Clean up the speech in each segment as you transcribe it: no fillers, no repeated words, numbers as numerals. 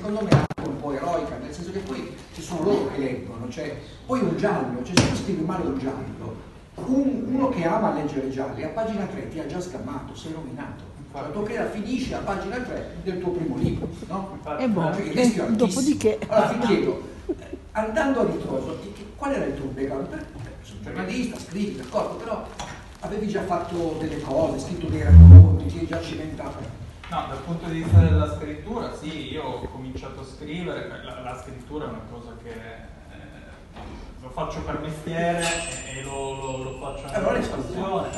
secondo me anche un po' eroica, nel senso che poi ci sono loro che leggono, cioè poi un giallo, cioè se tu scrivi male un giallo, uno che ama leggere gialli a pagina 3 ti ha già scammato, sei rovinato. Cioè, la tua carriera finisce a pagina 3 del tuo primo libro, no? E boh, Cioè, dopodiché... Allora ti chiedo, andando a ritroso, qual era il tuo background? Sono giornalista, scrivi, d'accordo, però avevi già fatto delle cose, scritto dei racconti, ti eri già cimentato. No, dal punto di vista della scrittura, sì, io ho cominciato a scrivere, la scrittura è una cosa che lo faccio per mestiere e lo faccio anche per passione.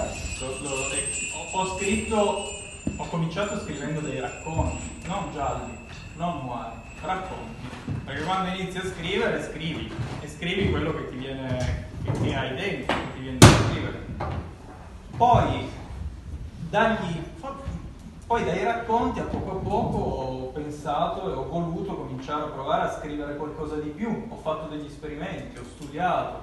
Ho cominciato scrivendo dei racconti, non gialli, non noir, racconti. Perché quando inizi a scrivere, scrivi quello che ti viene, che hai dentro, che ti viene da scrivere. Poi dai racconti a poco ho pensato e ho voluto cominciare a provare a scrivere qualcosa di più. Ho fatto degli esperimenti, ho studiato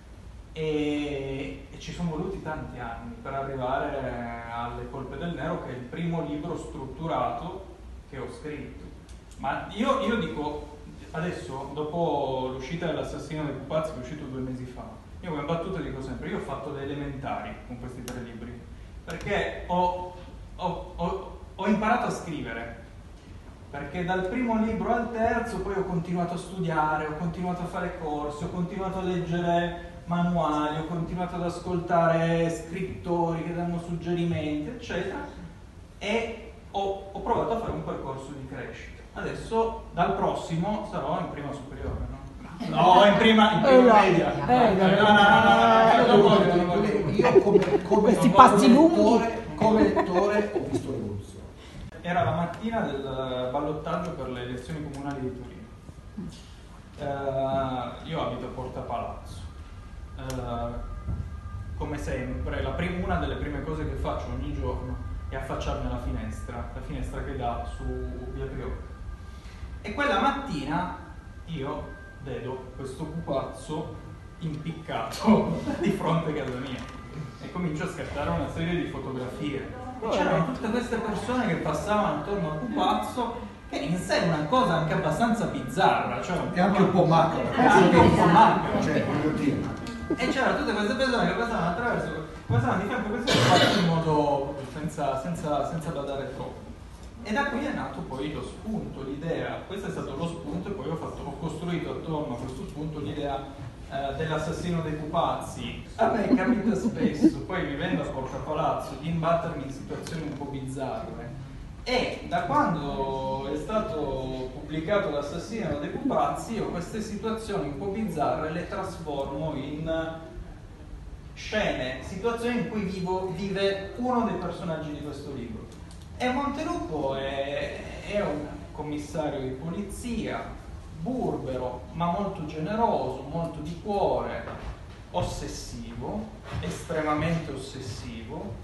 e ci sono voluti tanti anni per arrivare alle Colpe del Nero, che è il primo libro strutturato che ho scritto. Ma io dico, adesso, dopo l'uscita dell'Assassino dei Pupazzi, che è uscito 2 mesi fa, io come battuta dico sempre, io ho fatto le elementari con questi 3 libri, perché ho imparato a scrivere, perché dal primo libro al terzo poi ho continuato a studiare, ho continuato a fare corsi, ho continuato a leggere manuali, ho continuato ad ascoltare scrittori che danno suggerimenti, eccetera, e ho provato a fare un percorso di crescita. Adesso dal prossimo sarò in prima superiore, no? No, in prima media. Io come questi passi lunghi. Come lettore ho visto l'evoluzione. Era la mattina del ballottaggio per le elezioni comunali di Torino. Io abito a Porta Palazzo. Come sempre, una delle prime cose che faccio ogni giorno è affacciarmi alla finestra che dà su via Priore. E quella mattina io vedo questo pupazzo impiccato di fronte a casa mia e comincio a scattare una serie di fotografie. E c'erano tutte queste persone che passavano attorno al pupazzo, che in sé è una cosa anche abbastanza bizzarra, cioè è anche un po' macabra, cioè, e c'erano tutte queste persone che passavano di fianco a questo pupazzo in modo senza badare troppo. E da qui è nato poi lo spunto, l'idea. Questo è stato lo spunto e poi ho costruito attorno a questo spunto l'idea dell'Assassino dei Pupazzi. A me capita spesso, poi vivendo a Porta Palazzo, di imbattermi in situazioni un po' bizzarre. E da quando è stato pubblicato l'Assassino dei Pupazzi, io queste situazioni un po' bizzarre le trasformo in scene, situazioni in cui vive uno dei personaggi di questo libro. E Montelupo è un commissario di polizia, burbero, ma molto generoso, molto di cuore, ossessivo, estremamente ossessivo,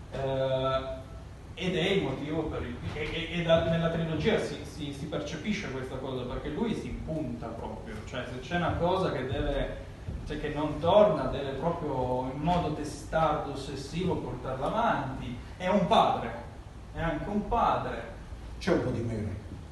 ed è il motivo per il quale nella trilogia si percepisce questa cosa, perché lui si impunta proprio, cioè se c'è una cosa che non torna, deve proprio in modo testardo, ossessivo portarla avanti. È un padre. È anche un padre. C'è un po' di meno.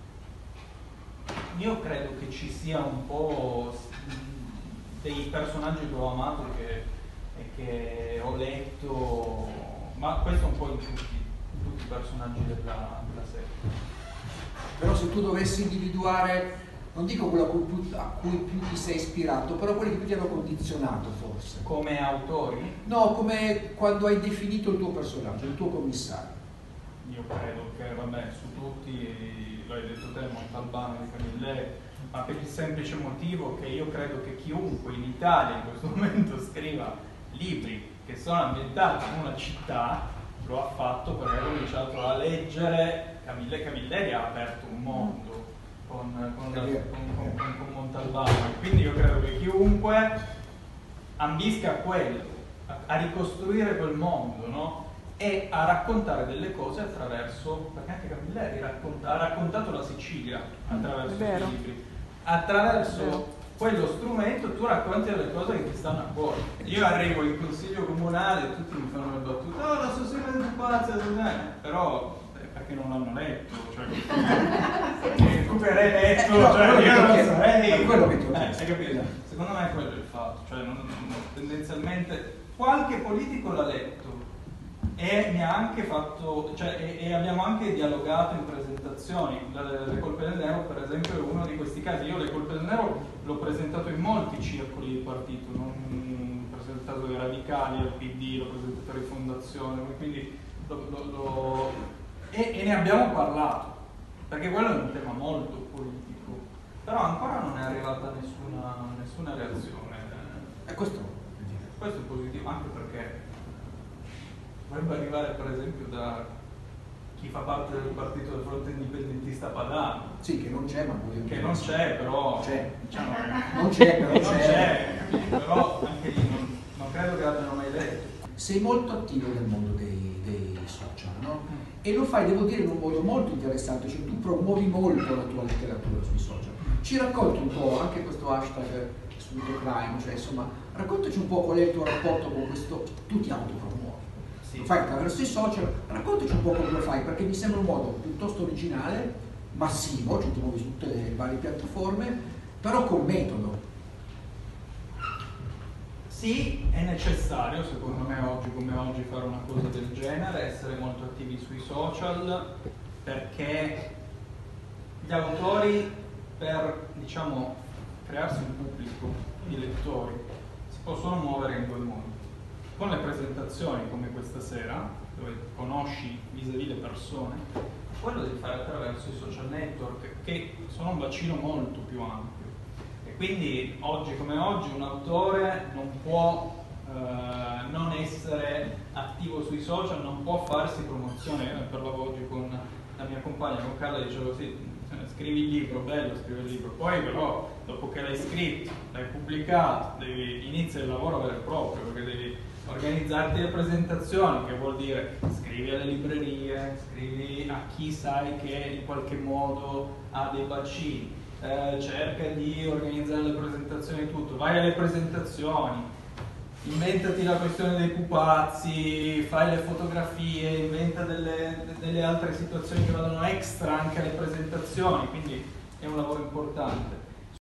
Io credo che ci sia un po' dei personaggi che ho amato e che ho letto, ma questo un po' in tutti i personaggi della serie. Però se tu dovessi individuare, non dico quello a cui più ti sei ispirato, però quelli che più ti hanno condizionato forse. Come autori? No, come quando hai definito il tuo personaggio, il tuo commissario. Io credo che, vabbè, su tutti, l'hai detto te, Montalbano di Camilleri, ma per il semplice motivo che io credo che chiunque in Italia in questo momento scriva libri che sono ambientati in una città, lo ha fatto perché ha cominciato a leggere Camilleri ha aperto un mondo con Montalbano, quindi io credo che chiunque ambisca a quello, a ricostruire quel mondo, no? E a raccontare delle cose attraverso, perché anche Camilleri ha raccontato la Sicilia attraverso i libri, attraverso quello strumento tu racconti delle cose che ti stanno a cuore. Io arrivo in consiglio comunale e tutti mi fanno le battute, oh l'Assassino dei Pupazzi, però perché non l'hanno letto, cioè, super eletto, no, cioè io non chiedo, sarei... è quello che ti ho chiesto. Hai capito? Secondo me è quello il fatto, cioè tendenzialmente qualche politico l'ha letto e mi ha anche fatto, cioè, e abbiamo anche dialogato in presentazioni. Le colpe del nero, per esempio, è uno di questi casi. Io le colpe del nero l'ho presentato in molti circoli di partito, l'ho presentato ai radicali, al PD, l'ho presentato a Rifondazione, quindi e ne abbiamo parlato, perché quello è un tema molto politico, però ancora non è arrivata nessuna reazione. E questo è positivo, anche perché dovrebbe arrivare per esempio da chi fa parte del partito del fronte indipendentista padano. Sì, che non c'è, ma che non c'è, però c'è. Diciamo, non c'è, però non c'è, però anche lì non credo che abbiano mai detto. Sei molto attivo nel mondo dei social, no? E lo fai, devo dire, in un modo molto interessante, cioè tu promuovi molto la tua letteratura sui social. Ci racconti un po' anche questo hashtag sul crime, cioè insomma, raccontaci un po' qual è il tuo rapporto con questo, tu ti autopromuovi. Sì. Lo fai attraverso i social, raccontaci un po' come lo fai, perché mi sembra un modo piuttosto originale, massivo, cioè ti muovi su tutte le varie piattaforme, però con metodo. Sì, è necessario, secondo me, oggi come oggi, fare una cosa del genere, essere molto attivi sui social, perché gli autori, per, diciamo, crearsi un pubblico di lettori, si possono muovere in due modi. Con le presentazioni come questa sera, dove conosci vis-à-vis le persone, quello devi fare attraverso i social network, che sono un bacino molto più ampio. Quindi oggi come oggi un autore non può non essere attivo sui social, non può farsi promozione. Io ne parlavo oggi con la mia compagna, con Carla, dicevo sì, scrivi il libro, bello scrivere il libro, poi però dopo che l'hai scritto, l'hai pubblicato, inizia il lavoro vero e proprio, perché devi organizzarti le presentazioni, che vuol dire scrivi alle librerie, scrivi a chi sai che in qualche modo ha dei bacini. Cerca di organizzare le presentazioni e tutto, vai alle presentazioni, inventati la questione dei pupazzi, fai le fotografie, inventa delle altre situazioni che vadano extra anche alle presentazioni, quindi è un lavoro importante.